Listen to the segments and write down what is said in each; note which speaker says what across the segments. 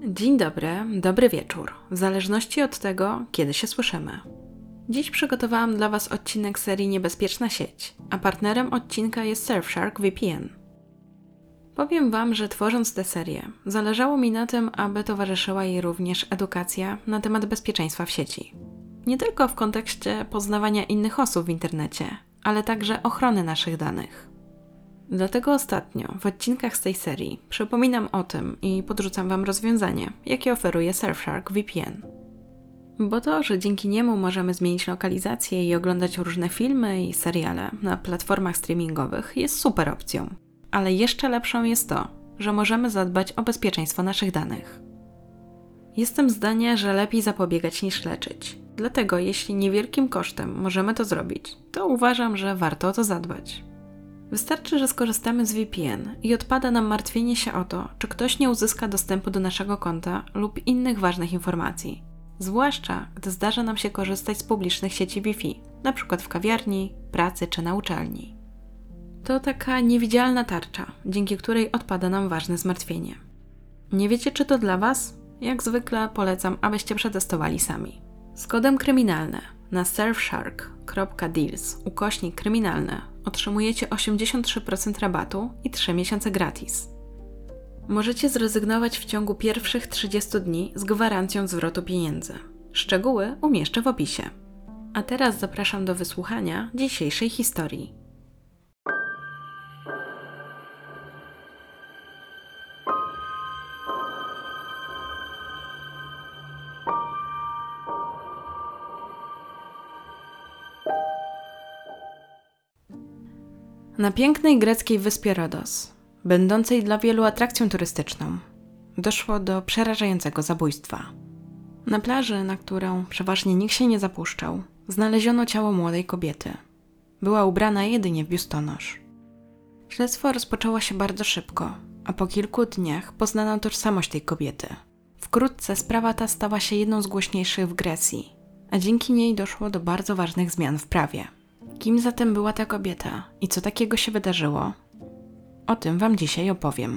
Speaker 1: Dzień dobry, dobry wieczór, w zależności od tego, kiedy się słyszymy. Dziś przygotowałam dla Was odcinek serii Niebezpieczna sieć, a partnerem odcinka jest Surfshark VPN. Powiem Wam, że tworząc tę serię, zależało mi na tym, aby towarzyszyła jej również edukacja na temat bezpieczeństwa w sieci. Nie tylko w kontekście poznawania innych osób w internecie, ale także ochrony naszych danych. Dlatego ostatnio w odcinkach z tej serii przypominam o tym i podrzucam Wam rozwiązanie, jakie oferuje Surfshark VPN. Bo to, że dzięki niemu możemy zmienić lokalizację i oglądać różne filmy i seriale na platformach streamingowych, jest super opcją. Ale jeszcze lepszą jest to, że możemy zadbać o bezpieczeństwo naszych danych. Jestem zdania, że lepiej zapobiegać niż leczyć. Dlatego jeśli niewielkim kosztem możemy to zrobić, to uważam, że warto o to zadbać. Wystarczy, że skorzystamy z VPN i odpada nam martwienie się o to, czy ktoś nie uzyska dostępu do naszego konta lub innych ważnych informacji. Zwłaszcza, gdy zdarza nam się korzystać z publicznych sieci Wi-Fi, np. w kawiarni, pracy czy na uczelni. To taka niewidzialna tarcza, dzięki której odpada nam ważne zmartwienie. Nie wiecie, czy to dla Was? Jak zwykle polecam, abyście przetestowali sami. Z kodem kryminalne na surfshark.deals/kryminalne otrzymujecie 83% rabatu i 3 miesiące gratis. Możecie zrezygnować w ciągu pierwszych 30 dni z gwarancją zwrotu pieniędzy. Szczegóły umieszczę w opisie. A teraz zapraszam do wysłuchania dzisiejszej historii. Na pięknej greckiej wyspie Rodos, będącej dla wielu atrakcją turystyczną, doszło do przerażającego zabójstwa. Na plaży, na którą przeważnie nikt się nie zapuszczał, znaleziono ciało młodej kobiety. Była ubrana jedynie w biustonosz. Śledztwo rozpoczęło się bardzo szybko, a po kilku dniach poznano tożsamość tej kobiety. Wkrótce sprawa ta stała się jedną z głośniejszych w Grecji, a dzięki niej doszło do bardzo ważnych zmian w prawie. Kim zatem była ta kobieta i co takiego się wydarzyło? O tym Wam dzisiaj opowiem.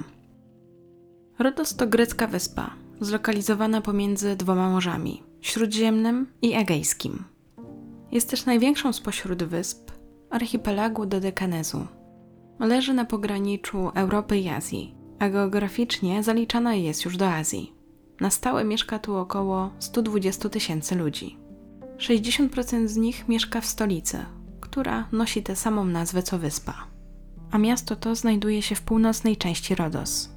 Speaker 1: Rodos to grecka wyspa, zlokalizowana pomiędzy dwoma morzami, Śródziemnym i Egejskim. Jest też największą spośród wysp archipelagu Dodekanezu. Leży na pograniczu Europy i Azji, a geograficznie zaliczana jest już do Azji. Na stałe mieszka tu około 120 000 ludzi. 60% z nich mieszka w stolicy, która nosi tę samą nazwę co wyspa. A miasto to znajduje się w północnej części Rodos.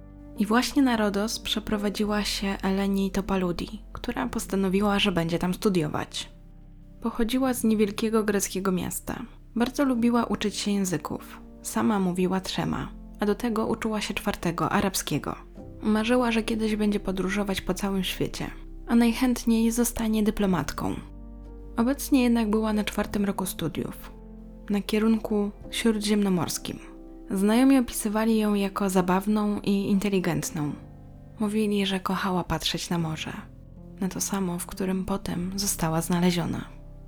Speaker 1: I właśnie na Rodos przeprowadziła się Eleni Topaloudi, która postanowiła, że będzie tam studiować. Pochodziła z niewielkiego greckiego miasta. Bardzo lubiła uczyć się języków. Sama mówiła 3, a do tego uczyła się 4 arabskiego. Marzyła, że kiedyś będzie podróżować po całym świecie, a najchętniej zostanie dyplomatką. Obecnie jednak była na 4. roku studiów, na kierunku śródziemnomorskim. Znajomi opisywali ją jako zabawną i inteligentną. Mówili, że kochała patrzeć na morze, na to samo, w którym potem została znaleziona.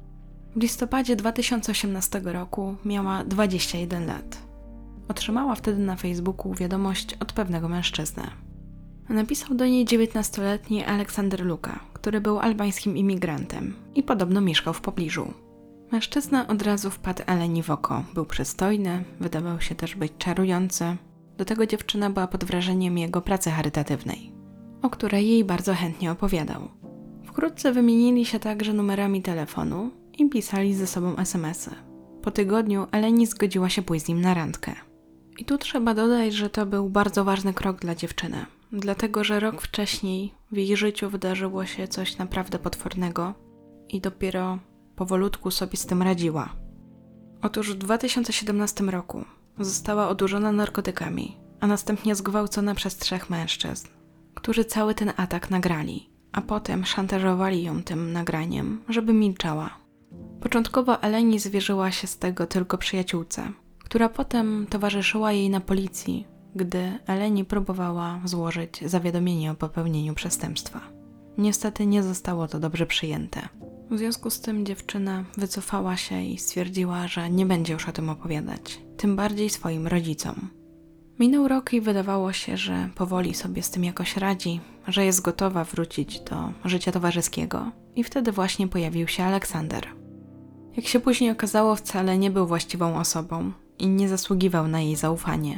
Speaker 1: W listopadzie 2018 roku miała 21 lat. Otrzymała wtedy na Facebooku wiadomość od pewnego mężczyzny. Napisał do niej 19-letni Aleksander Luka, który był albańskim imigrantem i podobno mieszkał w pobliżu. Mężczyzna od razu wpadł Eleni w oko. Był przystojny, wydawał się też być czarujący. Do tego dziewczyna była pod wrażeniem jego pracy charytatywnej, o której jej bardzo chętnie opowiadał. Wkrótce wymienili się także numerami telefonu i pisali ze sobą SMS-y. Po tygodniu Eleni zgodziła się pójść z nim na randkę. I tu trzeba dodać, że to był bardzo ważny krok dla dziewczyny, dlatego że rok wcześniej w jej życiu wydarzyło się coś naprawdę potwornego i dopiero powolutku sobie z tym radziła. Otóż w 2017 roku została odurzona narkotykami, a następnie zgwałcona przez 3 mężczyzn, którzy cały ten atak nagrali, a potem szantażowali ją tym nagraniem, żeby milczała. Początkowo Eleni zwierzyła się z tego tylko przyjaciółce, która potem towarzyszyła jej na policji, gdy Eleni próbowała złożyć zawiadomienie o popełnieniu przestępstwa. Niestety nie zostało to dobrze przyjęte. W związku z tym dziewczyna wycofała się i stwierdziła, że nie będzie już o tym opowiadać, tym bardziej swoim rodzicom. Minął rok i wydawało się, że powoli sobie z tym jakoś radzi, że jest gotowa wrócić do życia towarzyskiego i wtedy właśnie pojawił się Aleksander. Jak się później okazało, wcale nie był właściwą osobą i nie zasługiwał na jej zaufanie.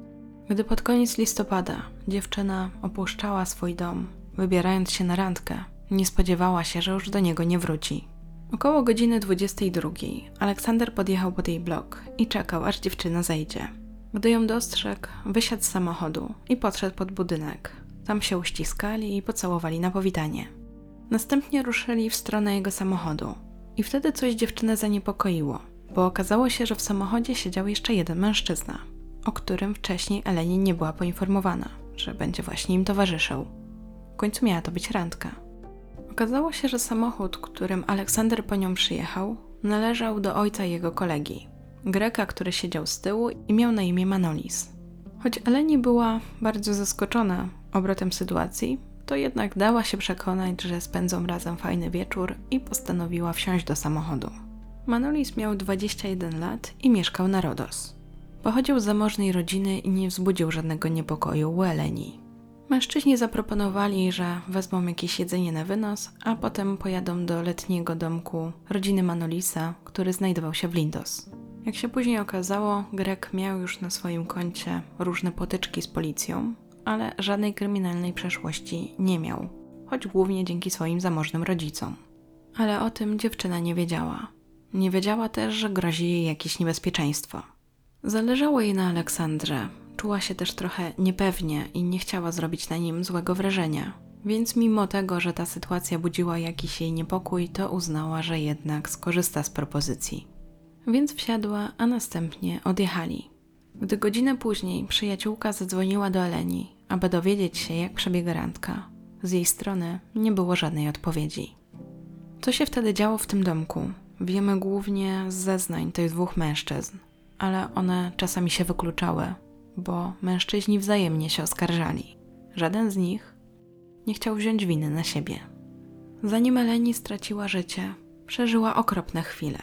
Speaker 1: Gdy pod koniec listopada dziewczyna opuszczała swój dom, wybierając się na randkę, nie spodziewała się, że już do niego nie wróci. Około godziny 22 Aleksander podjechał pod jej blok i czekał, aż dziewczyna zejdzie. Gdy ją dostrzegł, wysiadł z samochodu i podszedł pod budynek. Tam się uściskali i pocałowali na powitanie. Następnie ruszyli w stronę jego samochodu. I wtedy coś dziewczynę zaniepokoiło, bo okazało się, że w samochodzie siedział jeszcze jeden mężczyzna, o którym wcześniej Eleni nie była poinformowana, że będzie właśnie im towarzyszył. W końcu miała to być randka. Okazało się, że samochód, którym Aleksander po nią przyjechał, należał do ojca jego kolegi, Greka, który siedział z tyłu i miał na imię Manolis. Choć Eleni była bardzo zaskoczona obrotem sytuacji, to jednak dała się przekonać, że spędzą razem fajny wieczór i postanowiła wsiąść do samochodu. Manolis miał 21 lat i mieszkał na Rodos. Pochodził z zamożnej rodziny i nie wzbudził żadnego niepokoju u Eleni. Mężczyźni zaproponowali, że wezmą jakieś jedzenie na wynos, a potem pojadą do letniego domku rodziny Manolisa, który znajdował się w Lindos. Jak się później okazało, Grek miał już na swoim koncie różne potyczki z policją, ale żadnej kryminalnej przeszłości nie miał, choć głównie dzięki swoim zamożnym rodzicom. Ale o tym dziewczyna nie wiedziała. Nie wiedziała też, że grozi jej jakieś niebezpieczeństwo. Zależało jej na Aleksandrze, czuła się też trochę niepewnie i nie chciała zrobić na nim złego wrażenia. Więc mimo tego, że ta sytuacja budziła jakiś jej niepokój, to uznała, że jednak skorzysta z propozycji. Więc wsiadła, a następnie odjechali. Gdy godzinę później przyjaciółka zadzwoniła do Eleni, aby dowiedzieć się, jak przebiega randka, z jej strony nie było żadnej odpowiedzi. Co się wtedy działo w tym domku, wiemy głównie z zeznań tych dwóch mężczyzn, ale one czasami się wykluczały, bo mężczyźni wzajemnie się oskarżali. Żaden z nich nie chciał wziąć winy na siebie. Zanim Eleni straciła życie, przeżyła okropne chwile.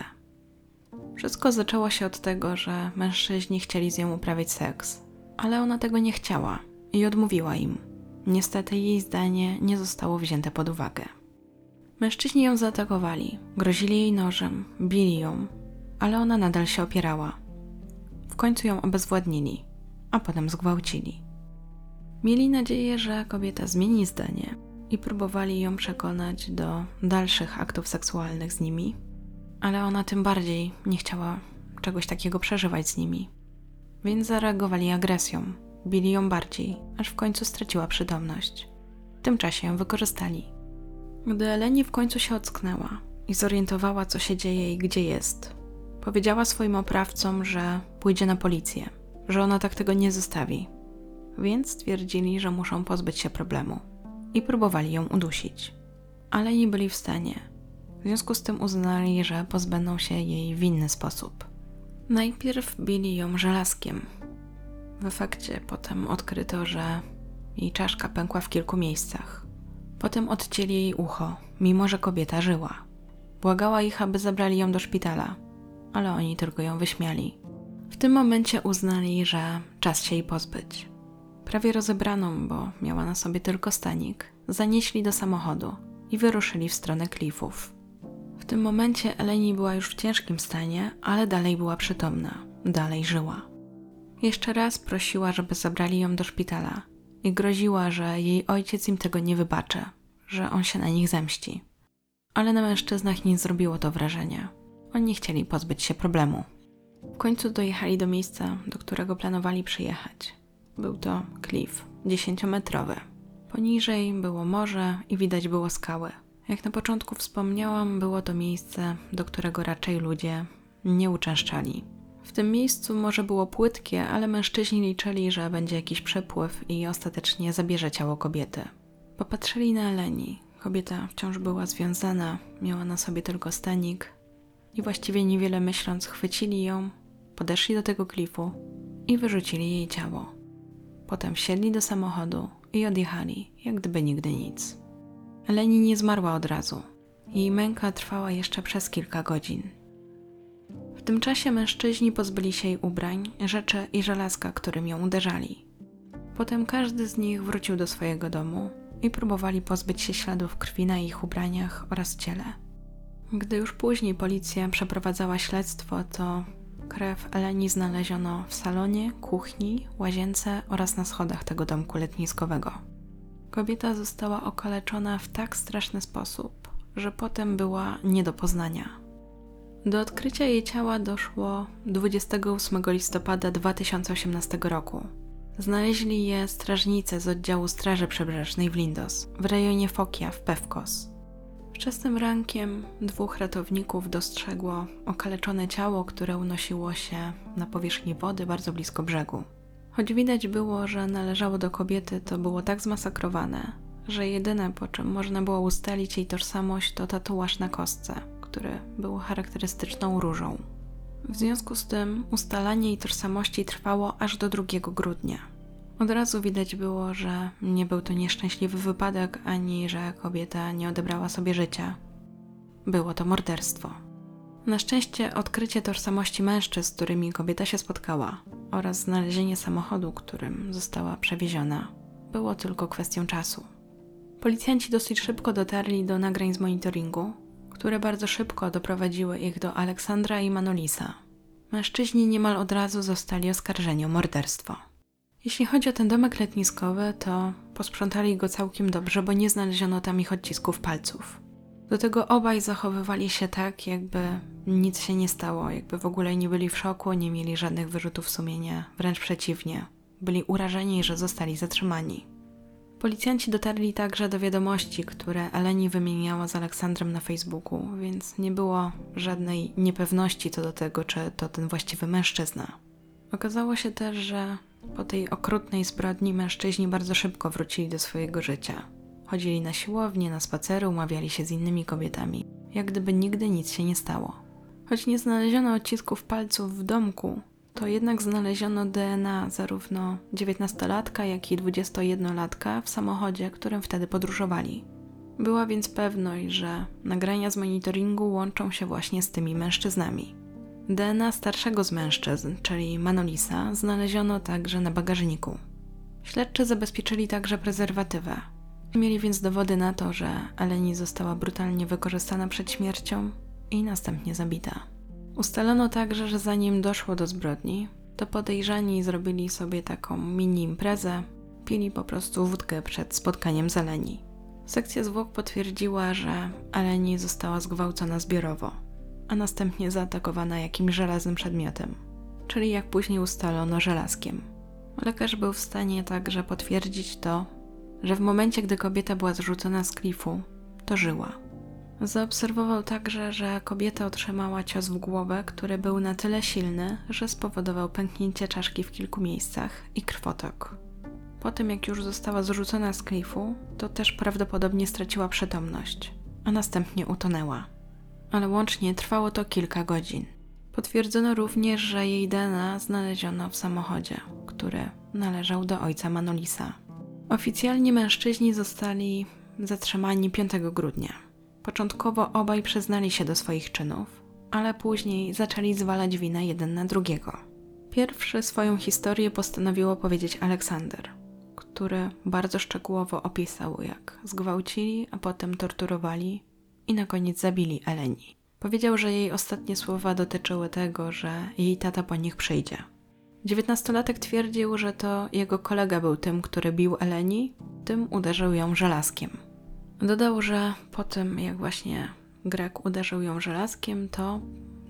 Speaker 1: Wszystko zaczęło się od tego, że mężczyźni chcieli z nią uprawiać seks, ale ona tego nie chciała i odmówiła im. Niestety jej zdanie nie zostało wzięte pod uwagę. Mężczyźni ją zaatakowali, grozili jej nożem, bili ją, ale ona nadal się opierała. W końcu ją obezwładnili, a potem zgwałcili. Mieli nadzieję, że kobieta zmieni zdanie i próbowali ją przekonać do dalszych aktów seksualnych z nimi, ale ona tym bardziej nie chciała czegoś takiego przeżywać z nimi. Więc zareagowali agresją, bili ją bardziej, aż w końcu straciła przytomność. W tym czasie ją wykorzystali. Gdy Eleni w końcu się ocknęła i zorientowała, co się dzieje i gdzie jest, powiedziała swoim oprawcom, że pójdzie na policję, że ona tak tego nie zostawi. Więc stwierdzili, że muszą pozbyć się problemu i próbowali ją udusić. Ale nie byli w stanie. W związku z tym uznali, że pozbędą się jej w inny sposób. Najpierw bili ją żelazkiem. W efekcie potem odkryto, że jej czaszka pękła w kilku miejscach. Potem odcięli jej ucho, mimo że kobieta żyła. Błagała ich, aby zabrali ją do szpitala, ale oni tylko ją wyśmiali. W tym momencie uznali, że czas się jej pozbyć. Prawie rozebraną, bo miała na sobie tylko stanik, zanieśli do samochodu i wyruszyli w stronę klifów. W tym momencie Eleni była już w ciężkim stanie, ale dalej była przytomna, dalej żyła. Jeszcze raz prosiła, żeby zabrali ją do szpitala i groziła, że jej ojciec im tego nie wybaczy, że on się na nich zemści. Ale na mężczyznach nie zrobiło to wrażenia. Oni chcieli pozbyć się problemu. W końcu dojechali do miejsca, do którego planowali przyjechać. Był to klif 10-metrowy. Poniżej było morze i widać było skały. Jak na początku wspomniałam, było to miejsce, do którego raczej ludzie nie uczęszczali. W tym miejscu morze było płytkie, ale mężczyźni liczyli, że będzie jakiś przepływ i ostatecznie zabierze ciało kobiety. Popatrzyli na Eleni. Kobieta wciąż była związana, miała na sobie tylko stanik i właściwie niewiele myśląc chwycili ją, podeszli do tego klifu i wyrzucili jej ciało. Potem wsiedli do samochodu i odjechali, jak gdyby nigdy nic. Eleni nie zmarła od razu. Jej męka trwała jeszcze przez kilka godzin. W tym czasie mężczyźni pozbyli się jej ubrań, rzeczy i żelazka, którym ją uderzali. Potem każdy z nich wrócił do swojego domu i próbowali pozbyć się śladów krwi na ich ubraniach oraz ciele. Gdy już później policja przeprowadzała śledztwo, to krew Eleni znaleziono w salonie, kuchni, łazience oraz na schodach tego domku letniskowego. Kobieta została okaleczona w tak straszny sposób, że potem była nie do poznania. Do odkrycia jej ciała doszło 28 listopada 2018 roku. Znaleźli je strażnicy z oddziału Straży Przybrzeżnej w Lindos, w rejonie Fokia w Pevkos. Wczesnym rankiem 2 ratowników dostrzegło okaleczone ciało, które unosiło się na powierzchni wody bardzo blisko brzegu. Choć widać było, że należało do kobiety, to było tak zmasakrowane, że jedyne, po czym można było ustalić jej tożsamość, to tatuaż na kostce, który był charakterystyczną różą. W związku z tym ustalanie jej tożsamości trwało aż do 2 grudnia. Od razu widać było, że nie był to nieszczęśliwy wypadek, ani że kobieta nie odebrała sobie życia. Było to morderstwo. Na szczęście odkrycie tożsamości mężczyzn, z którymi kobieta się spotkała, oraz znalezienie samochodu, którym została przewieziona, było tylko kwestią czasu. Policjanci dosyć szybko dotarli do nagrań z monitoringu, które bardzo szybko doprowadziły ich do Aleksandra i Manolisa. Mężczyźni niemal od razu zostali oskarżeni o morderstwo. Jeśli chodzi o ten domek letniskowy, to posprzątali go całkiem dobrze, bo nie znaleziono tam ich odcisków palców. Do tego obaj zachowywali się tak, jakby nic się nie stało, jakby w ogóle nie byli w szoku, nie mieli żadnych wyrzutów sumienia, wręcz przeciwnie. Byli urażeni, że zostali zatrzymani. Policjanci dotarli także do wiadomości, które Eleni wymieniała z Aleksandrem na Facebooku, więc nie było żadnej niepewności co do tego, czy to ten właściwy mężczyzna. Okazało się też, że po tej okrutnej zbrodni mężczyźni bardzo szybko wrócili do swojego życia. Chodzili na siłownię, na spacery, umawiali się z innymi kobietami, jak gdyby nigdy nic się nie stało. Choć nie znaleziono odcisków palców w domku, to jednak znaleziono DNA zarówno 19-latka, jak i 21-latka w samochodzie, którym wtedy podróżowali. Była więc pewność, że nagrania z monitoringu łączą się właśnie z tymi mężczyznami. DNA starszego z mężczyzn, czyli Manolisa, znaleziono także na bagażniku. Śledczy zabezpieczyli także prezerwatywę. Mieli więc dowody na to, że Eleni została brutalnie wykorzystana przed śmiercią i następnie zabita. Ustalono także, że zanim doszło do zbrodni, to podejrzani zrobili sobie taką mini imprezę, pili po prostu wódkę przed spotkaniem z Eleni. Sekcja zwłok potwierdziła, że Eleni została zgwałcona zbiorowo, a następnie zaatakowana jakimś żelaznym przedmiotem, czyli jak później ustalono żelazkiem. Lekarz był w stanie także potwierdzić to, że w momencie, gdy kobieta była zrzucona z klifu, to żyła. Zaobserwował także, że kobieta otrzymała cios w głowę, który był na tyle silny, że spowodował pęknięcie czaszki w kilku miejscach i krwotok. Po tym, jak już została zrzucona z klifu, to też prawdopodobnie straciła przytomność, a następnie utonęła. Ale łącznie trwało to kilka godzin. Potwierdzono również, że jej DNA znaleziono w samochodzie, który należał do ojca Manolisa. Oficjalnie mężczyźni zostali zatrzymani 5 grudnia. Początkowo obaj przyznali się do swoich czynów, ale później zaczęli zwalać winę jeden na drugiego. Pierwszy swoją historię postanowił opowiedzieć Aleksander, który bardzo szczegółowo opisał, jak zgwałcili, a potem torturowali i na koniec zabili Eleni. Powiedział, że jej ostatnie słowa dotyczyły tego, że jej tata po nich przyjdzie. 19-latek twierdził, że to jego kolega był tym, który bił Eleni, tym uderzył ją żelazkiem. Dodał, że po tym, jak właśnie Grek uderzył ją żelazkiem, to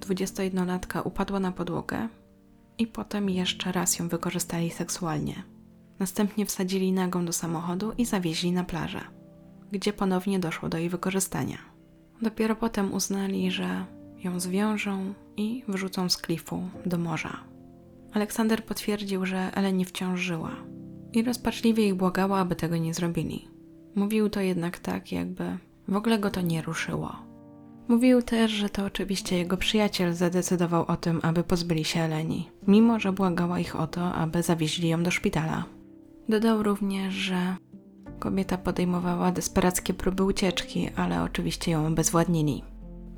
Speaker 1: 21-latka upadła na podłogę i potem jeszcze raz ją wykorzystali seksualnie. Następnie wsadzili nagą do samochodu i zawieźli na plażę, gdzie ponownie doszło do jej wykorzystania. Dopiero potem uznali, że ją zwiążą i wrzucą z klifu do morza. Aleksander potwierdził, że Eleni wciąż żyła i rozpaczliwie ich błagała, aby tego nie zrobili. Mówił to jednak tak, jakby w ogóle go to nie ruszyło. Mówił też, że to oczywiście jego przyjaciel zadecydował o tym, aby pozbyli się Eleni, mimo że błagała ich o to, aby zawieźli ją do szpitala. Dodał również, że kobieta podejmowała desperackie próby ucieczki, ale oczywiście ją obezwładnili.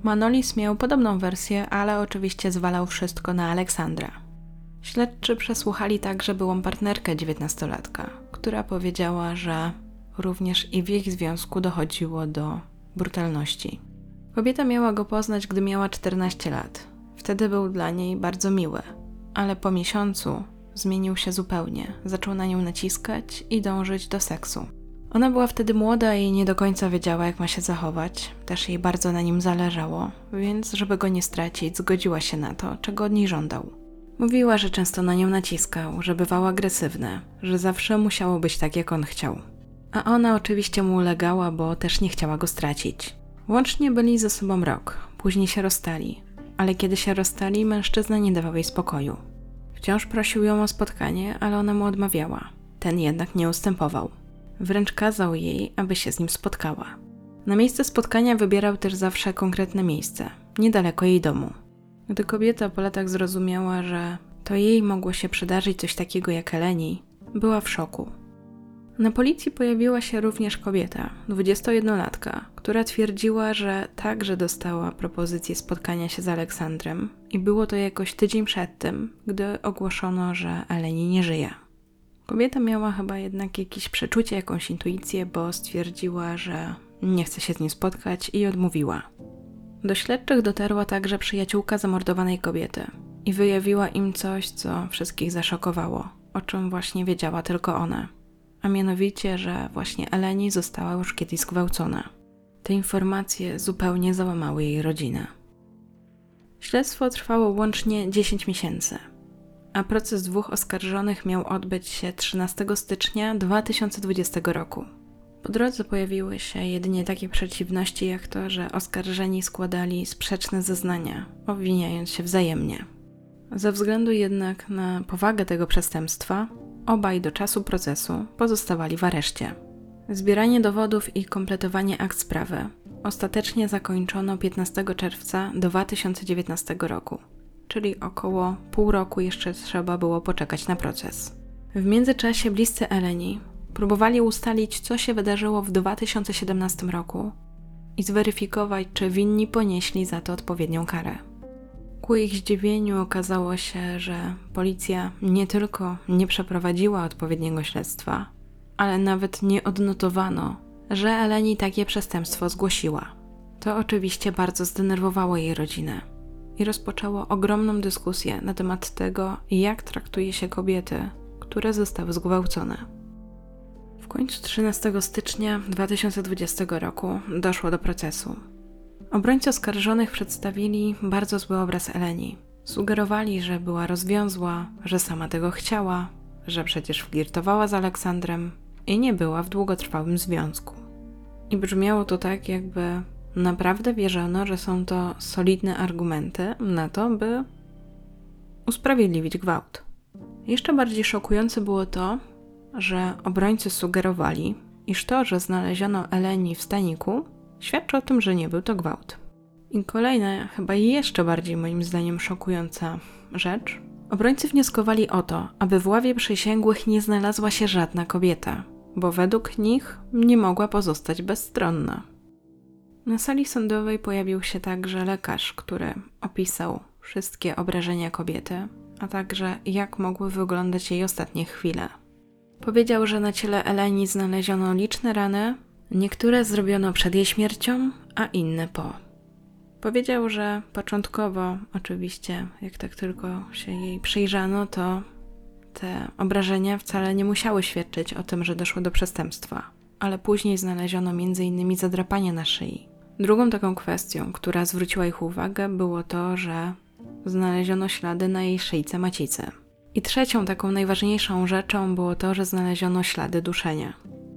Speaker 1: Manolis miał podobną wersję, ale oczywiście zwalał wszystko na Aleksandra. Śledczy przesłuchali także byłą partnerkę 19-latka, która powiedziała, że również i w ich związku dochodziło do brutalności. Kobieta miała go poznać, gdy miała 14 lat. Wtedy był dla niej bardzo miły, ale po miesiącu zmienił się zupełnie. Zaczął na nią naciskać i dążyć do seksu. Ona była wtedy młoda i nie do końca wiedziała, jak ma się zachować. Też jej bardzo na nim zależało, więc żeby go nie stracić, zgodziła się na to, czego od niej żądał. Mówiła, że często na nią naciskał, że bywał agresywny, że zawsze musiało być tak, jak on chciał. A ona oczywiście mu ulegała, bo też nie chciała go stracić. Łącznie byli ze sobą rok, później się rozstali, ale kiedy się rozstali, mężczyzna nie dawał jej spokoju. Wciąż prosił ją o spotkanie, ale ona mu odmawiała. Ten jednak nie ustępował. Wręcz kazał jej, aby się z nim spotkała. Na miejsce spotkania wybierał też zawsze konkretne miejsce, niedaleko jej domu. Gdy kobieta po latach zrozumiała, że to jej mogło się przydarzyć coś takiego jak Eleni, była w szoku. Na policji pojawiła się również kobieta, 21-latka, która twierdziła, że także dostała propozycję spotkania się z Aleksandrem i było to jakoś tydzień przed tym, gdy ogłoszono, że Eleni nie żyje. Kobieta miała chyba jednak jakieś przeczucie, jakąś intuicję, bo stwierdziła, że nie chce się z nim spotkać i odmówiła. Do śledczych dotarła także przyjaciółka zamordowanej kobiety i wyjawiła im coś, co wszystkich zaszokowało, o czym właśnie wiedziała tylko ona. A mianowicie, że właśnie Eleni została już kiedyś zgwałcona. Te informacje zupełnie załamały jej rodzinę. Śledztwo trwało łącznie 10 miesięcy, a proces dwóch oskarżonych miał odbyć się 13 stycznia 2020 roku. Po drodze pojawiły się jedynie takie przeciwności jak to, że oskarżeni składali sprzeczne zeznania, obwiniając się wzajemnie. Ze względu jednak na powagę tego przestępstwa, obaj do czasu procesu pozostawali w areszcie. Zbieranie dowodów i kompletowanie akt sprawy ostatecznie zakończono 15 czerwca 2019 roku, czyli około pół roku jeszcze trzeba było poczekać na proces. W międzyczasie bliscy Eleni próbowali ustalić, co się wydarzyło w 2017 roku i zweryfikować, czy winni ponieśli za to odpowiednią karę. Ku ich zdziwieniu okazało się, że policja nie tylko nie przeprowadziła odpowiedniego śledztwa, ale nawet nie odnotowano, że Eleni takie przestępstwo zgłosiła. To oczywiście bardzo zdenerwowało jej rodzinę i rozpoczęło ogromną dyskusję na temat tego, jak traktuje się kobiety, które zostały zgwałcone. W końcu 13 stycznia 2020 roku doszło do procesu. Obrońcy oskarżonych przedstawili bardzo zły obraz Eleni. Sugerowali, że była rozwiązła, że sama tego chciała, że przecież flirtowała z Aleksandrem i nie była w długotrwałym związku. I brzmiało to tak, jakby naprawdę wierzono, że są to solidne argumenty na to, by usprawiedliwić gwałt. Jeszcze bardziej szokujące było to, że obrońcy sugerowali, iż to, że znaleziono Eleni w staniku, świadczy o tym, że nie był to gwałt. I kolejna, chyba jeszcze bardziej moim zdaniem szokująca rzecz. Obrońcy wnioskowali o to, aby w ławie przysięgłych nie znalazła się żadna kobieta, bo według nich nie mogła pozostać bezstronna. Na sali sądowej pojawił się także lekarz, który opisał wszystkie obrażenia kobiety, a także jak mogły wyglądać jej ostatnie chwile. Powiedział, że na ciele Eleni znaleziono liczne rany, niektóre zrobiono przed jej śmiercią, a inne po. Powiedział, że początkowo, oczywiście, jak tak tylko się jej przyjrzano, to te obrażenia wcale nie musiały świadczyć o tym, że doszło do przestępstwa, ale później znaleziono m.in. zadrapanie na szyi. Drugą taką kwestią, która zwróciła ich uwagę, było to, że znaleziono ślady na jej szyjce macicy. I trzecią taką najważniejszą rzeczą było to, że znaleziono ślady duszenia.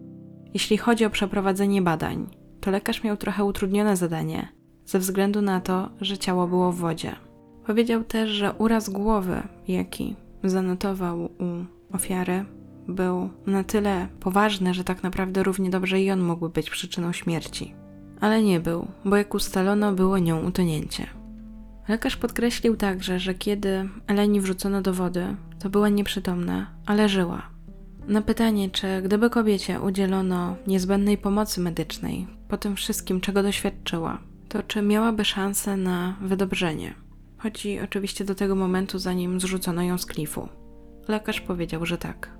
Speaker 1: Jeśli chodzi o przeprowadzenie badań, to lekarz miał trochę utrudnione zadanie, ze względu na to, że ciało było w wodzie. Powiedział też, że uraz głowy, jaki zanotował u ofiary, był na tyle poważny, że tak naprawdę równie dobrze i on mógłby być przyczyną śmierci. Ale nie był, bo jak ustalono, było nią utonięcie. Lekarz podkreślił także, że kiedy Eleni wrzucono do wody, to była nieprzytomna, ale żyła. Na pytanie, czy gdyby kobiecie udzielono niezbędnej pomocy medycznej po tym wszystkim, czego doświadczyła, to czy miałaby szansę na wydobrzenie. Chodzi oczywiście do tego momentu, zanim zrzucono ją z klifu. Lekarz powiedział, że tak.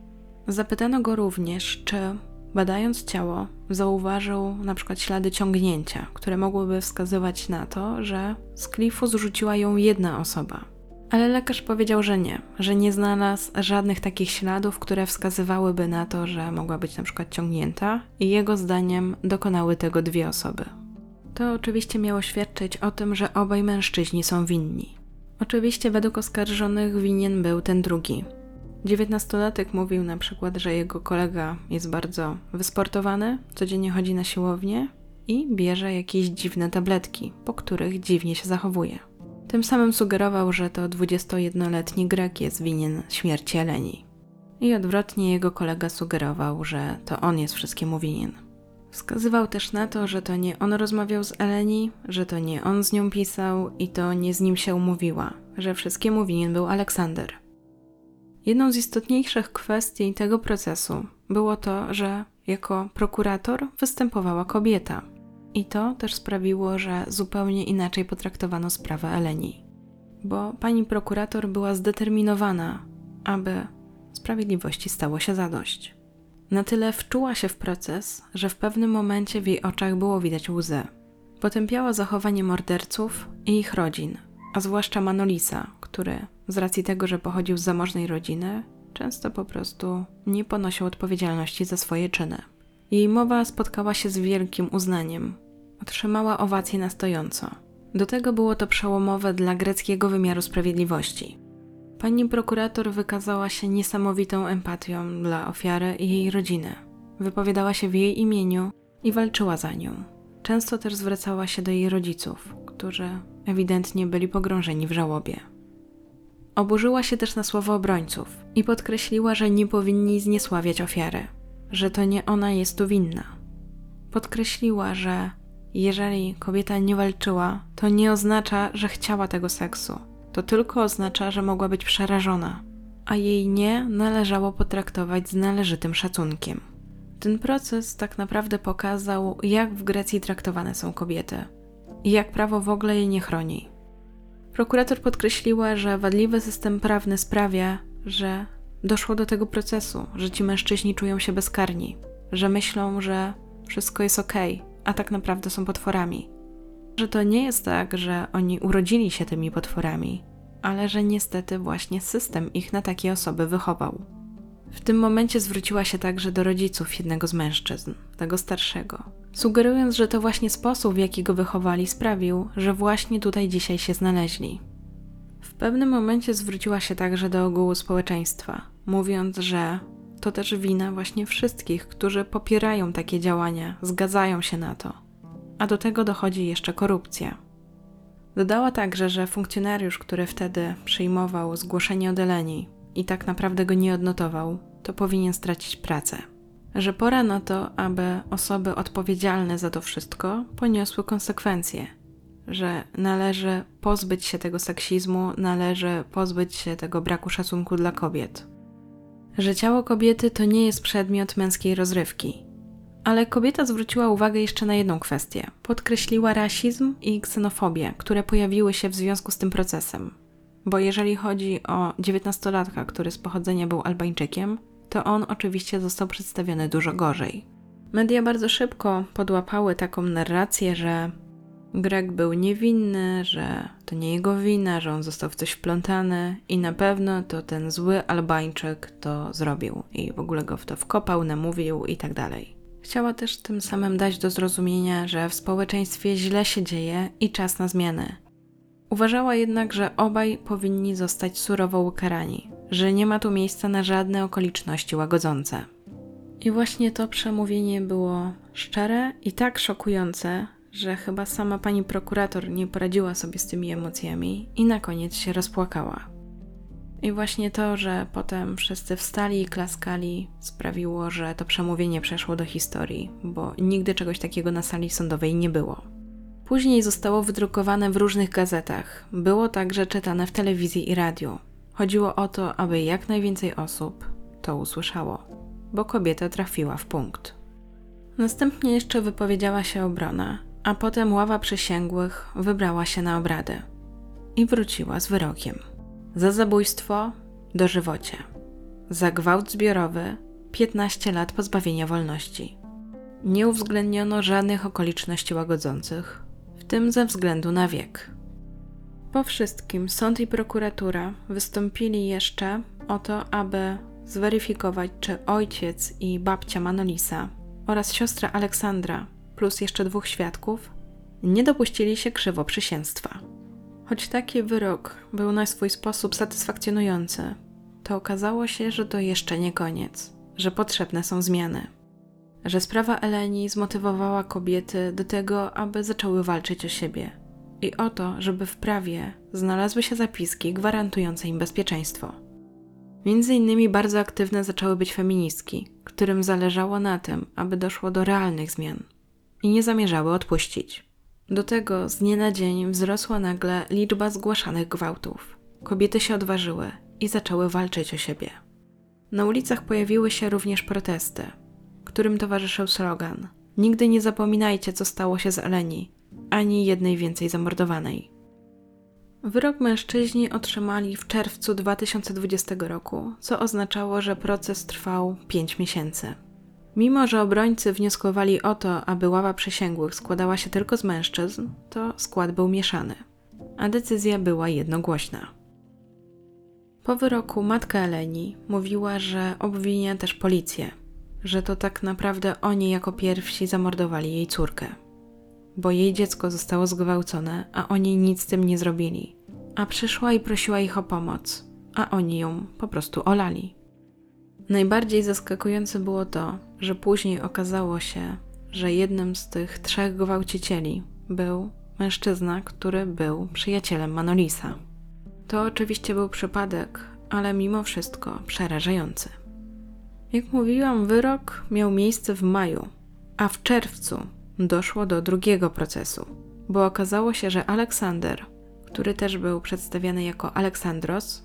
Speaker 1: Zapytano go również, czy badając ciało zauważył na przykład ślady ciągnięcia, które mogłyby wskazywać na to, że z klifu zrzuciła ją jedna osoba. Ale lekarz powiedział, że nie znalazł żadnych takich śladów, które wskazywałyby na to, że mogła być na przykład ciągnięta i jego zdaniem dokonały tego dwie osoby. To oczywiście miało świadczyć o tym, że obaj mężczyźni są winni. Oczywiście według oskarżonych winien był ten drugi. 19-latek mówił na przykład, że jego kolega jest bardzo wysportowany, codziennie chodzi na siłownię i bierze jakieś dziwne tabletki, po których dziwnie się zachowuje. Tym samym sugerował, że to 21-letni Greg jest winien śmierci Eleni. I odwrotnie jego kolega sugerował, że to on jest wszystkiemu winien. Wskazywał też na to, że to nie on rozmawiał z Eleni, że to nie on z nią pisał i to nie z nim się umówiła, że wszystkiemu winien był Aleksander. Jedną z istotniejszych kwestii tego procesu było to, że jako prokurator występowała kobieta. I to też sprawiło, że zupełnie inaczej potraktowano sprawę Eleni. Bo pani prokurator była zdeterminowana, aby sprawiedliwości stało się zadość. Na tyle wczuła się w proces, że w pewnym momencie w jej oczach było widać łzy. Potępiała zachowanie morderców i ich rodzin, a zwłaszcza Manolisa, który z racji tego, że pochodził z zamożnej rodziny, często po prostu nie ponosił odpowiedzialności za swoje czyny. Jej mowa spotkała się z wielkim uznaniem. Otrzymała owację na stojąco. Do tego było to przełomowe dla greckiego wymiaru sprawiedliwości. Pani prokurator wykazała się niesamowitą empatią dla ofiary i jej rodziny. Wypowiadała się w jej imieniu i walczyła za nią. Często też zwracała się do jej rodziców, którzy ewidentnie byli pogrążeni w żałobie. Oburzyła się też na słowa obrońców i podkreśliła, że nie powinni zniesławiać ofiary, że to nie ona jest tu winna. Podkreśliła, że jeżeli kobieta nie walczyła, to nie oznacza, że chciała tego seksu. To tylko oznacza, że mogła być przerażona, a jej nie należało potraktować z należytym szacunkiem. Ten proces tak naprawdę pokazał, jak w Grecji traktowane są kobiety i jak prawo w ogóle je nie chroni. Prokurator podkreśliła, że wadliwy system prawny sprawia, że doszło do tego procesu, że ci mężczyźni czują się bezkarni, że myślą, że wszystko jest okej, a tak naprawdę są potworami. Że to nie jest tak, że oni urodzili się tymi potworami, ale że niestety właśnie system ich na takie osoby wychował. W tym momencie zwróciła się także do rodziców jednego z mężczyzn, tego starszego, sugerując, że to właśnie sposób, w jaki go wychowali, sprawił, że właśnie tutaj dzisiaj się znaleźli. W pewnym momencie zwróciła się także do ogółu społeczeństwa, mówiąc, że to też wina właśnie wszystkich, którzy popierają takie działania, zgadzają się na to. A do tego dochodzi jeszcze korupcja. Dodała także, że funkcjonariusz, który wtedy przyjmował zgłoszenie od Eleni i tak naprawdę go nie odnotował, to powinien stracić pracę. Że pora na to, aby osoby odpowiedzialne za to wszystko poniosły konsekwencje. Że należy pozbyć się tego seksizmu, należy pozbyć się tego braku szacunku dla kobiet. Że ciało kobiety to nie jest przedmiot męskiej rozrywki. Ale kobieta zwróciła uwagę jeszcze na jedną kwestię. Podkreśliła rasizm i ksenofobię, które pojawiły się w związku z tym procesem. Bo jeżeli chodzi o 19-latka, który z pochodzenia był Albańczykiem, to on oczywiście został przedstawiony dużo gorzej. Media bardzo szybko podłapały taką narrację, że Greg był niewinny, że to nie jego wina, że on został w coś wplątany i na pewno to ten zły Albańczyk to zrobił i w ogóle go w to wkopał, namówił i tak dalej. Chciała też tym samym dać do zrozumienia, że w społeczeństwie źle się dzieje i czas na zmiany. Uważała jednak, że obaj powinni zostać surowo ukarani, że nie ma tu miejsca na żadne okoliczności łagodzące. I właśnie to przemówienie było szczere i tak szokujące, że chyba sama pani prokurator nie poradziła sobie z tymi emocjami i na koniec się rozpłakała. I właśnie to, że potem wszyscy wstali i klaskali, sprawiło, że to przemówienie przeszło do historii, bo nigdy czegoś takiego na sali sądowej nie było. Później zostało wydrukowane w różnych gazetach, było także czytane w telewizji i radiu. Chodziło o to, aby jak najwięcej osób to usłyszało, bo kobieta trafiła w punkt. Następnie jeszcze wypowiedziała się obrona a potem ława przysięgłych wybrała się na obrady i wróciła z wyrokiem. Za zabójstwo dożywocie, za gwałt zbiorowy 15 lat pozbawienia wolności. Nie uwzględniono żadnych okoliczności łagodzących, w tym ze względu na wiek. Po wszystkim sąd i prokuratura wystąpili jeszcze o to, aby zweryfikować, czy ojciec i babcia Manolisa oraz siostra Aleksandra plus jeszcze 2 świadków nie dopuścili się krzywoprzysięstwa. Choć taki wyrok był na swój sposób satysfakcjonujący, to okazało się, że to jeszcze nie koniec, że potrzebne są zmiany. Że sprawa Eleni zmotywowała kobiety do tego, aby zaczęły walczyć o siebie i o to, żeby w prawie znalazły się zapiski gwarantujące im bezpieczeństwo. Między innymi bardzo aktywne zaczęły być feministki, którym zależało na tym, aby doszło do realnych zmian i nie zamierzały odpuścić. Do tego z dnia na dzień wzrosła nagle liczba zgłaszanych gwałtów. Kobiety się odważyły i zaczęły walczyć o siebie. Na ulicach pojawiły się również protesty, którym towarzyszył slogan: nigdy nie zapominajcie, co stało się z Eleni, ani jednej więcej zamordowanej. Wyrok mężczyźni otrzymali w czerwcu 2020 roku, co oznaczało, że proces trwał 5 miesięcy. Mimo że obrońcy wnioskowali o to, aby ława przysięgłych składała się tylko z mężczyzn, to skład był mieszany, a decyzja była jednogłośna. Po wyroku matka Eleni mówiła, że obwinia też policję, że to tak naprawdę oni jako pierwsi zamordowali jej córkę, bo jej dziecko zostało zgwałcone, a oni nic z tym nie zrobili, a przyszła i prosiła ich o pomoc, a oni ją po prostu olali. Najbardziej zaskakujące było to, że później okazało się, że jednym z tych 3 gwałcicieli był mężczyzna, który był przyjacielem Manolisa. To oczywiście był przypadek, ale mimo wszystko przerażający. Jak mówiłam, wyrok miał miejsce w maju, a w czerwcu doszło do drugiego procesu, bo okazało się, że Aleksander, który też był przedstawiany jako Aleksandros,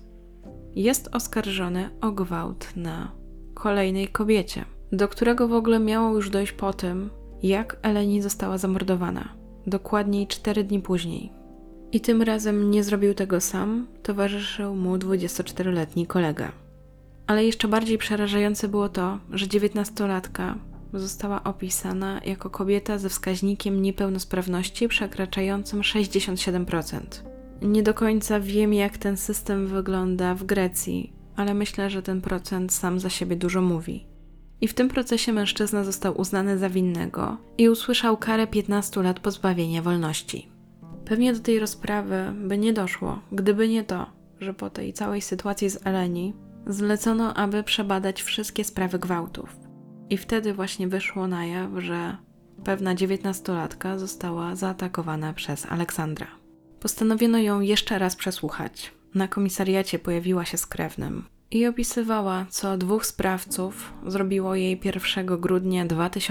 Speaker 1: jest oskarżony o gwałt na kolejnej kobiecie, do którego w ogóle miało już dojść po tym, jak Eleni została zamordowana, dokładniej 4 dni później. I tym razem nie zrobił tego sam, towarzyszył mu 24-letni kolega. Ale jeszcze bardziej przerażające było to, że 19-latka została opisana jako kobieta ze wskaźnikiem niepełnosprawności przekraczającym 67%. Nie do końca wiem, jak ten system wygląda w Grecji, ale myślę, że ten procent sam za siebie dużo mówi. I w tym procesie mężczyzna został uznany za winnego i usłyszał karę 15 lat pozbawienia wolności. Pewnie do tej rozprawy by nie doszło, gdyby nie to, że po tej całej sytuacji z Eleni zlecono, aby przebadać wszystkie sprawy gwałtów. I wtedy właśnie wyszło na jaw, że pewna 19-latka została zaatakowana przez Aleksandra. Postanowiono ją jeszcze raz przesłuchać. Na komisariacie pojawiła się z krewnym i opisywała, co 2 sprawców zrobiło jej 1 grudnia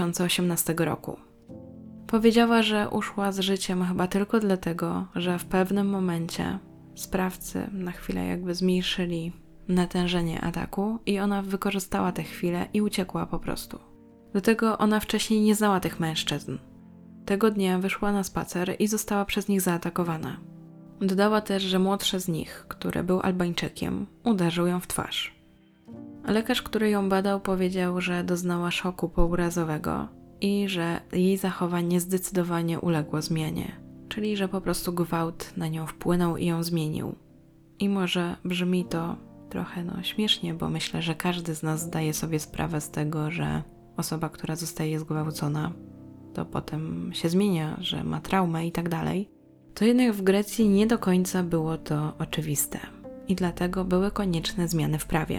Speaker 1: 2018 roku. Powiedziała, że uszła z życiem chyba tylko dlatego, że w pewnym momencie sprawcy na chwilę jakby zmniejszyli natężenie ataku i ona wykorzystała tę chwilę i uciekła po prostu. Do tego ona wcześniej nie znała tych mężczyzn. Tego dnia wyszła na spacer i została przez nich zaatakowana. Dodała też, że młodszy z nich, który był Albańczykiem, uderzył ją w twarz. Lekarz, który ją badał, powiedział, że doznała szoku pourazowego i że jej zachowanie zdecydowanie uległo zmianie, czyli że po prostu gwałt na nią wpłynął i ją zmienił. I może brzmi to trochę śmiesznie, bo myślę, że każdy z nas zdaje sobie sprawę z tego, że osoba, która zostaje zgwałcona, to potem się zmienia, że ma traumę i tak dalej. To jednak w Grecji nie do końca było to oczywiste i dlatego były konieczne zmiany w prawie.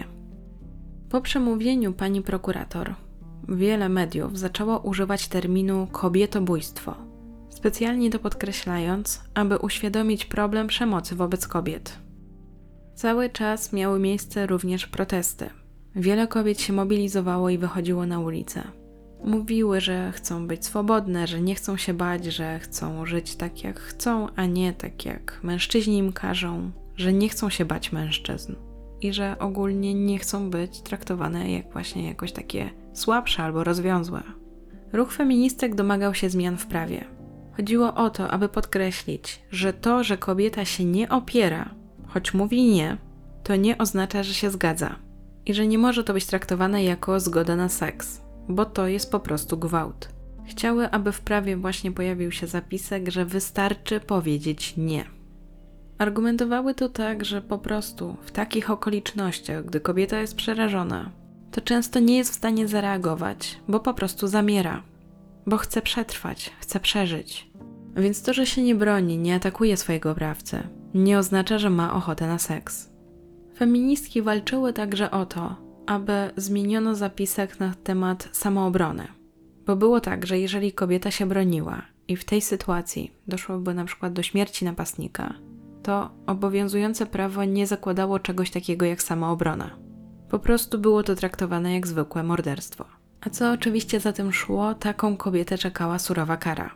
Speaker 1: Po przemówieniu pani prokurator wiele mediów zaczęło używać terminu kobietobójstwo, specjalnie to podkreślając, aby uświadomić problem przemocy wobec kobiet. Cały czas miały miejsce również protesty. Wiele kobiet się mobilizowało i wychodziło na ulicę. Mówiły, że chcą być swobodne, że nie chcą się bać, że chcą żyć tak jak chcą, a nie tak jak mężczyźni im każą, że nie chcą się bać mężczyzn i że ogólnie nie chcą być traktowane jak właśnie jakoś takie słabsze albo rozwiązłe. Ruch feministek domagał się zmian w prawie. Chodziło o to, aby podkreślić, że to, że kobieta się nie opiera, choć mówi nie, to nie oznacza, że się zgadza. I że nie może to być traktowane jako zgoda na seks, bo to jest po prostu gwałt. Chciały, aby w prawie właśnie pojawił się zapisek, że wystarczy powiedzieć nie. Argumentowały to tak, że po prostu w takich okolicznościach, gdy kobieta jest przerażona, to często nie jest w stanie zareagować, bo po prostu zamiera. Bo chce przetrwać, chce przeżyć. Więc to, że się nie broni, nie atakuje swojego oprawcy, nie oznacza, że ma ochotę na seks. Feministki walczyły także o to, aby zmieniono zapisek na temat samoobrony. Bo było tak, że jeżeli kobieta się broniła i w tej sytuacji doszłoby na przykład do śmierci napastnika, to obowiązujące prawo nie zakładało czegoś takiego jak samoobrona. Po prostu było to traktowane jak zwykłe morderstwo. A co oczywiście za tym szło, taką kobietę czekała surowa kara.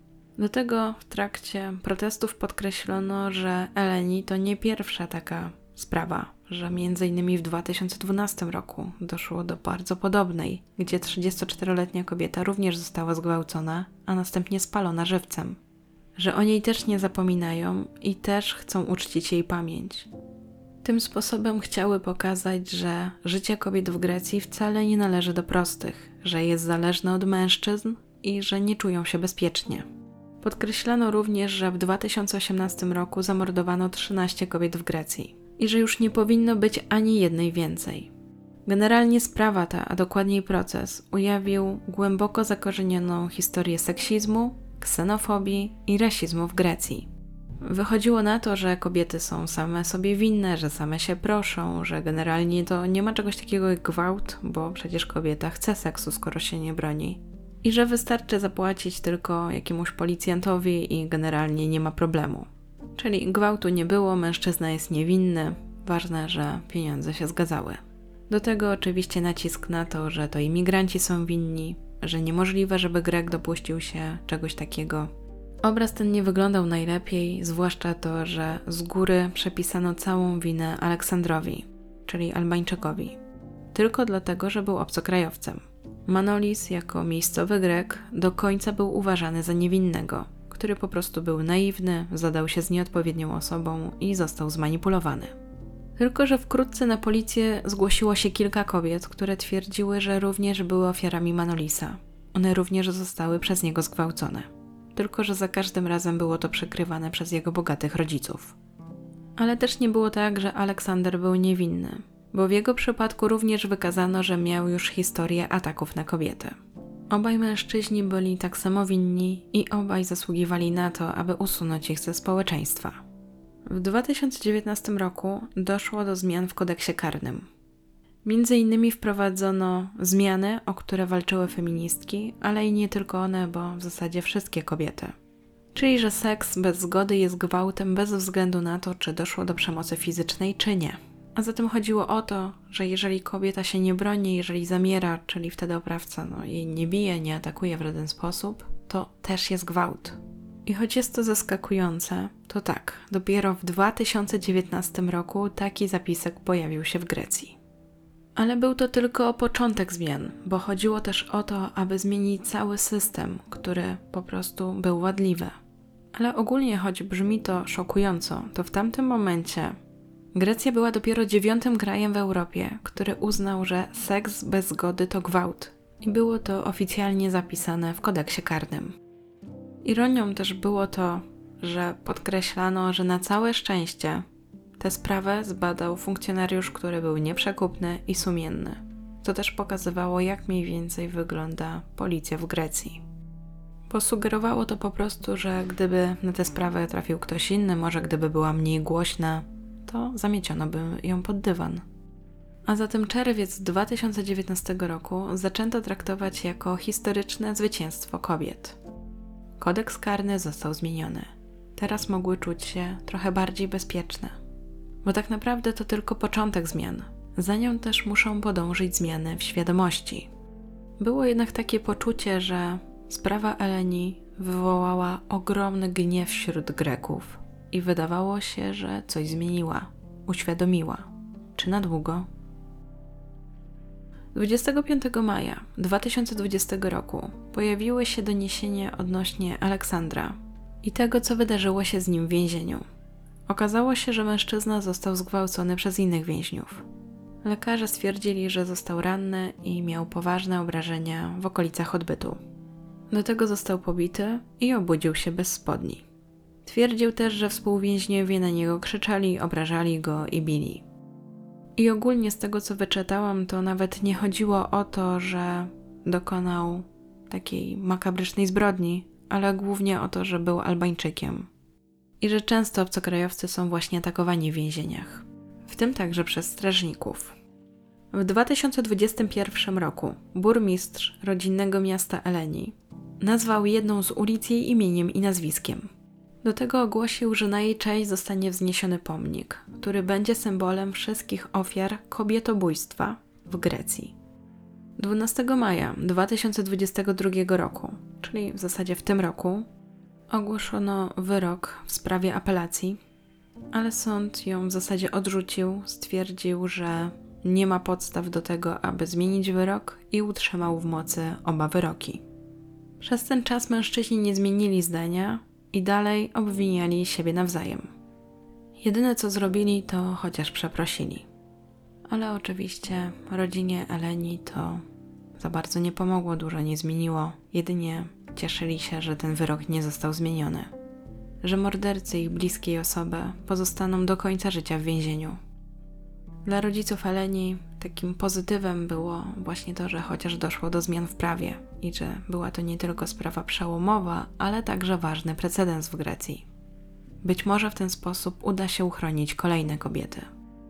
Speaker 1: Do tego w trakcie protestów podkreślono, że Eleni to nie pierwsza taka sprawa, że m.in. w 2012 roku doszło do bardzo podobnej, gdzie 34-letnia kobieta również została zgwałcona, a następnie spalona żywcem. Że o niej też nie zapominają i też chcą uczcić jej pamięć. Tym sposobem chciały pokazać, że życie kobiet w Grecji wcale nie należy do prostych, że jest zależne od mężczyzn i że nie czują się bezpiecznie. Podkreślano również, że w 2018 roku zamordowano 13 kobiet w Grecji i że już nie powinno być ani jednej więcej. Generalnie sprawa ta, a dokładniej proces, ujawnił głęboko zakorzenioną historię seksizmu, ksenofobii i rasizmu w Grecji. Wychodziło na to, że kobiety są same sobie winne, że same się proszą, że generalnie to nie ma czegoś takiego jak gwałt, bo przecież kobieta chce seksu, skoro się nie broni. I że wystarczy zapłacić tylko jakiemuś policjantowi i generalnie nie ma problemu. Czyli gwałtu nie było, mężczyzna jest niewinny, ważne, że pieniądze się zgadzały. Do tego oczywiście nacisk na to, że to imigranci są winni, że niemożliwe, żeby Grek dopuścił się czegoś takiego. Obraz ten nie wyglądał najlepiej, zwłaszcza to, że z góry przepisano całą winę Aleksandrowi, czyli Albańczykowi. Tylko dlatego, że był obcokrajowcem. Manolis, jako miejscowy Grek, do końca był uważany za niewinnego, który po prostu był naiwny, zadał się z nieodpowiednią osobą i został zmanipulowany. Tylko że wkrótce na policję zgłosiło się kilka kobiet, które twierdziły, że również były ofiarami Manolisa. One również zostały przez niego zgwałcone. Tylko że za każdym razem było to przykrywane przez jego bogatych rodziców. Ale też nie było tak, że Aleksander był niewinny, bo w jego przypadku również wykazano, że miał już historię ataków na kobiety. Obaj mężczyźni byli tak samo winni i obaj zasługiwali na to, aby usunąć ich ze społeczeństwa. W 2019 roku doszło do zmian w kodeksie karnym. Między innymi wprowadzono zmiany, o które walczyły feministki, ale i nie tylko one, bo w zasadzie wszystkie kobiety. Czyli, że seks bez zgody jest gwałtem bez względu na to, czy doszło do przemocy fizycznej, czy nie. A zatem chodziło o to, że jeżeli kobieta się nie broni, jeżeli zamiera, czyli wtedy oprawca jej nie bije, nie atakuje w żaden sposób, to też jest gwałt. I choć jest to zaskakujące, to tak, dopiero w 2019 roku taki zapisek pojawił się w Grecji. Ale był to tylko początek zmian, bo chodziło też o to, aby zmienić cały system, który po prostu był wadliwy. Ale ogólnie, choć brzmi to szokująco, to w tamtym momencie Grecja była dopiero 9. krajem w Europie, który uznał, że seks bez zgody to gwałt i było to oficjalnie zapisane w kodeksie karnym. Ironią też było to, że podkreślano, że na całe szczęście tę sprawę zbadał funkcjonariusz, który był nieprzekupny i sumienny. To też pokazywało, jak mniej więcej wygląda policja w Grecji. Bo sugerowało to po prostu, że gdyby na tę sprawę trafił ktoś inny, może gdyby była mniej głośna, to zamieciono by ją pod dywan. A zatem czerwiec 2019 roku zaczęto traktować jako historyczne zwycięstwo kobiet. Kodeks karny został zmieniony. Teraz mogły czuć się trochę bardziej bezpieczne. Bo tak naprawdę to tylko początek zmian. Za nią też muszą podążyć zmiany w świadomości. Było jednak takie poczucie, że sprawa Eleni wywołała ogromny gniew wśród Greków i wydawało się, że coś zmieniła, uświadomiła. Czy na długo? 25 maja 2020 roku pojawiły się doniesienia odnośnie Aleksandra i tego, co wydarzyło się z nim w więzieniu. Okazało się, że mężczyzna został zgwałcony przez innych więźniów. Lekarze stwierdzili, że został ranny i miał poważne obrażenia w okolicach odbytu. Do tego został pobity i obudził się bez spodni. Twierdził też, że współwięźniowie na niego krzyczeli, obrażali go i bili. I ogólnie z tego, co wyczytałam, to nawet nie chodziło o to, że dokonał takiej makabrycznej zbrodni, ale głównie o to, że był Albańczykiem. I że często obcokrajowcy są właśnie atakowani w więzieniach, w tym także przez strażników. W 2021 roku burmistrz rodzinnego miasta Eleni nazwał jedną z ulic jej imieniem i nazwiskiem. Do tego ogłosił, że na jej cześć zostanie wzniesiony pomnik, który będzie symbolem wszystkich ofiar kobietobójstwa w Grecji. 12 maja 2022 roku, czyli w zasadzie w tym roku, ogłoszono wyrok w sprawie apelacji, ale sąd ją w zasadzie odrzucił, stwierdził, że nie ma podstaw do tego, aby zmienić wyrok i utrzymał w mocy oba wyroki. Przez ten czas mężczyźni nie zmienili zdania i dalej obwiniali siebie nawzajem. Jedyne co zrobili, to chociaż przeprosili. Ale oczywiście rodzinie Eleni to za bardzo nie pomogło, dużo nie zmieniło. Jedynie cieszyli się, że ten wyrok nie został zmieniony. Że mordercy ich bliskiej osoby pozostaną do końca życia w więzieniu. Dla rodziców Eleni takim pozytywem było właśnie to, że chociaż doszło do zmian w prawie i że była to nie tylko sprawa przełomowa, ale także ważny precedens w Grecji. Być może w ten sposób uda się uchronić kolejne kobiety.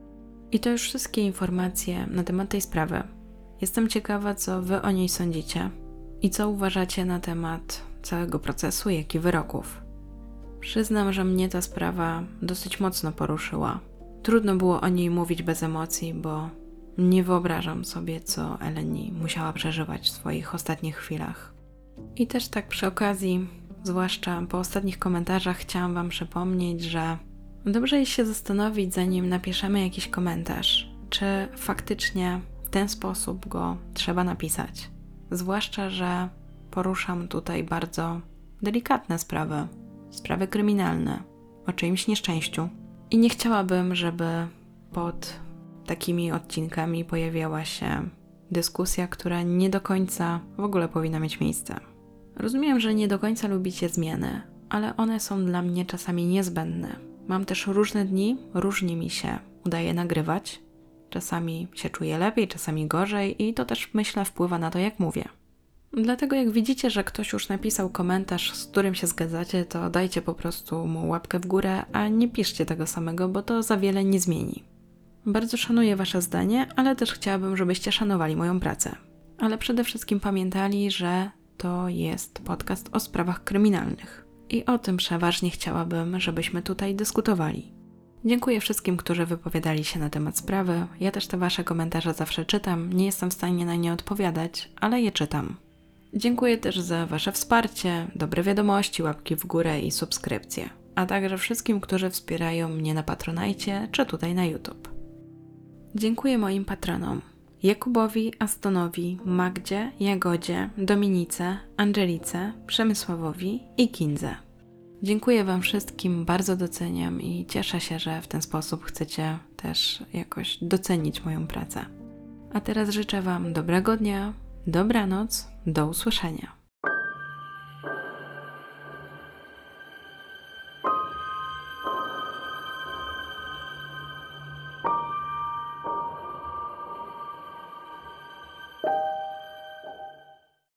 Speaker 1: I to już wszystkie informacje na temat tej sprawy. Jestem ciekawa, co wy o niej sądzicie i co uważacie na temat całego procesu, jak i wyroków. Przyznam, że mnie ta sprawa dosyć mocno poruszyła. Trudno było o niej mówić bez emocji, bo nie wyobrażam sobie, co Eleni musiała przeżywać w swoich ostatnich chwilach. I też tak przy okazji, zwłaszcza po ostatnich komentarzach, chciałam wam przypomnieć, że dobrze jest się zastanowić, zanim napiszemy jakiś komentarz, czy faktycznie w ten sposób go trzeba napisać. Zwłaszcza, że poruszam tutaj bardzo delikatne sprawy kryminalne, o czyimś nieszczęściu. I nie chciałabym, żeby pod takimi odcinkami pojawiała się dyskusja, która nie do końca w ogóle powinna mieć miejsce. Rozumiem, że nie do końca lubicie zmiany, ale one są dla mnie czasami niezbędne. Mam też różne dni, różnie mi się udaje nagrywać. Czasami się czuję lepiej, czasami gorzej i to też, myślę, wpływa na to, jak mówię. Dlatego jak widzicie, że ktoś już napisał komentarz, z którym się zgadzacie, to dajcie po prostu mu łapkę w górę, a nie piszcie tego samego, bo to za wiele nie zmieni. Bardzo szanuję wasze zdanie, ale też chciałabym, żebyście szanowali moją pracę. Ale przede wszystkim pamiętali, że to jest podcast o sprawach kryminalnych. I o tym przeważnie chciałabym, żebyśmy tutaj dyskutowali. Dziękuję wszystkim, którzy wypowiadali się na temat sprawy. Ja też te wasze komentarze zawsze czytam. Nie jestem w stanie na nie odpowiadać, ale je czytam. Dziękuję też za wasze wsparcie, dobre wiadomości, łapki w górę i subskrypcje. A także wszystkim, którzy wspierają mnie na Patronite czy tutaj na YouTube. Dziękuję moim patronom. Jakubowi, Astonowi, Magdzie, Jagodzie, Dominice, Angelice, Przemysławowi i Kindze. Dziękuję wam wszystkim, bardzo doceniam i cieszę się, że w ten sposób chcecie też jakoś docenić moją pracę. A teraz życzę wam dobrego dnia, dobranoc, do usłyszenia.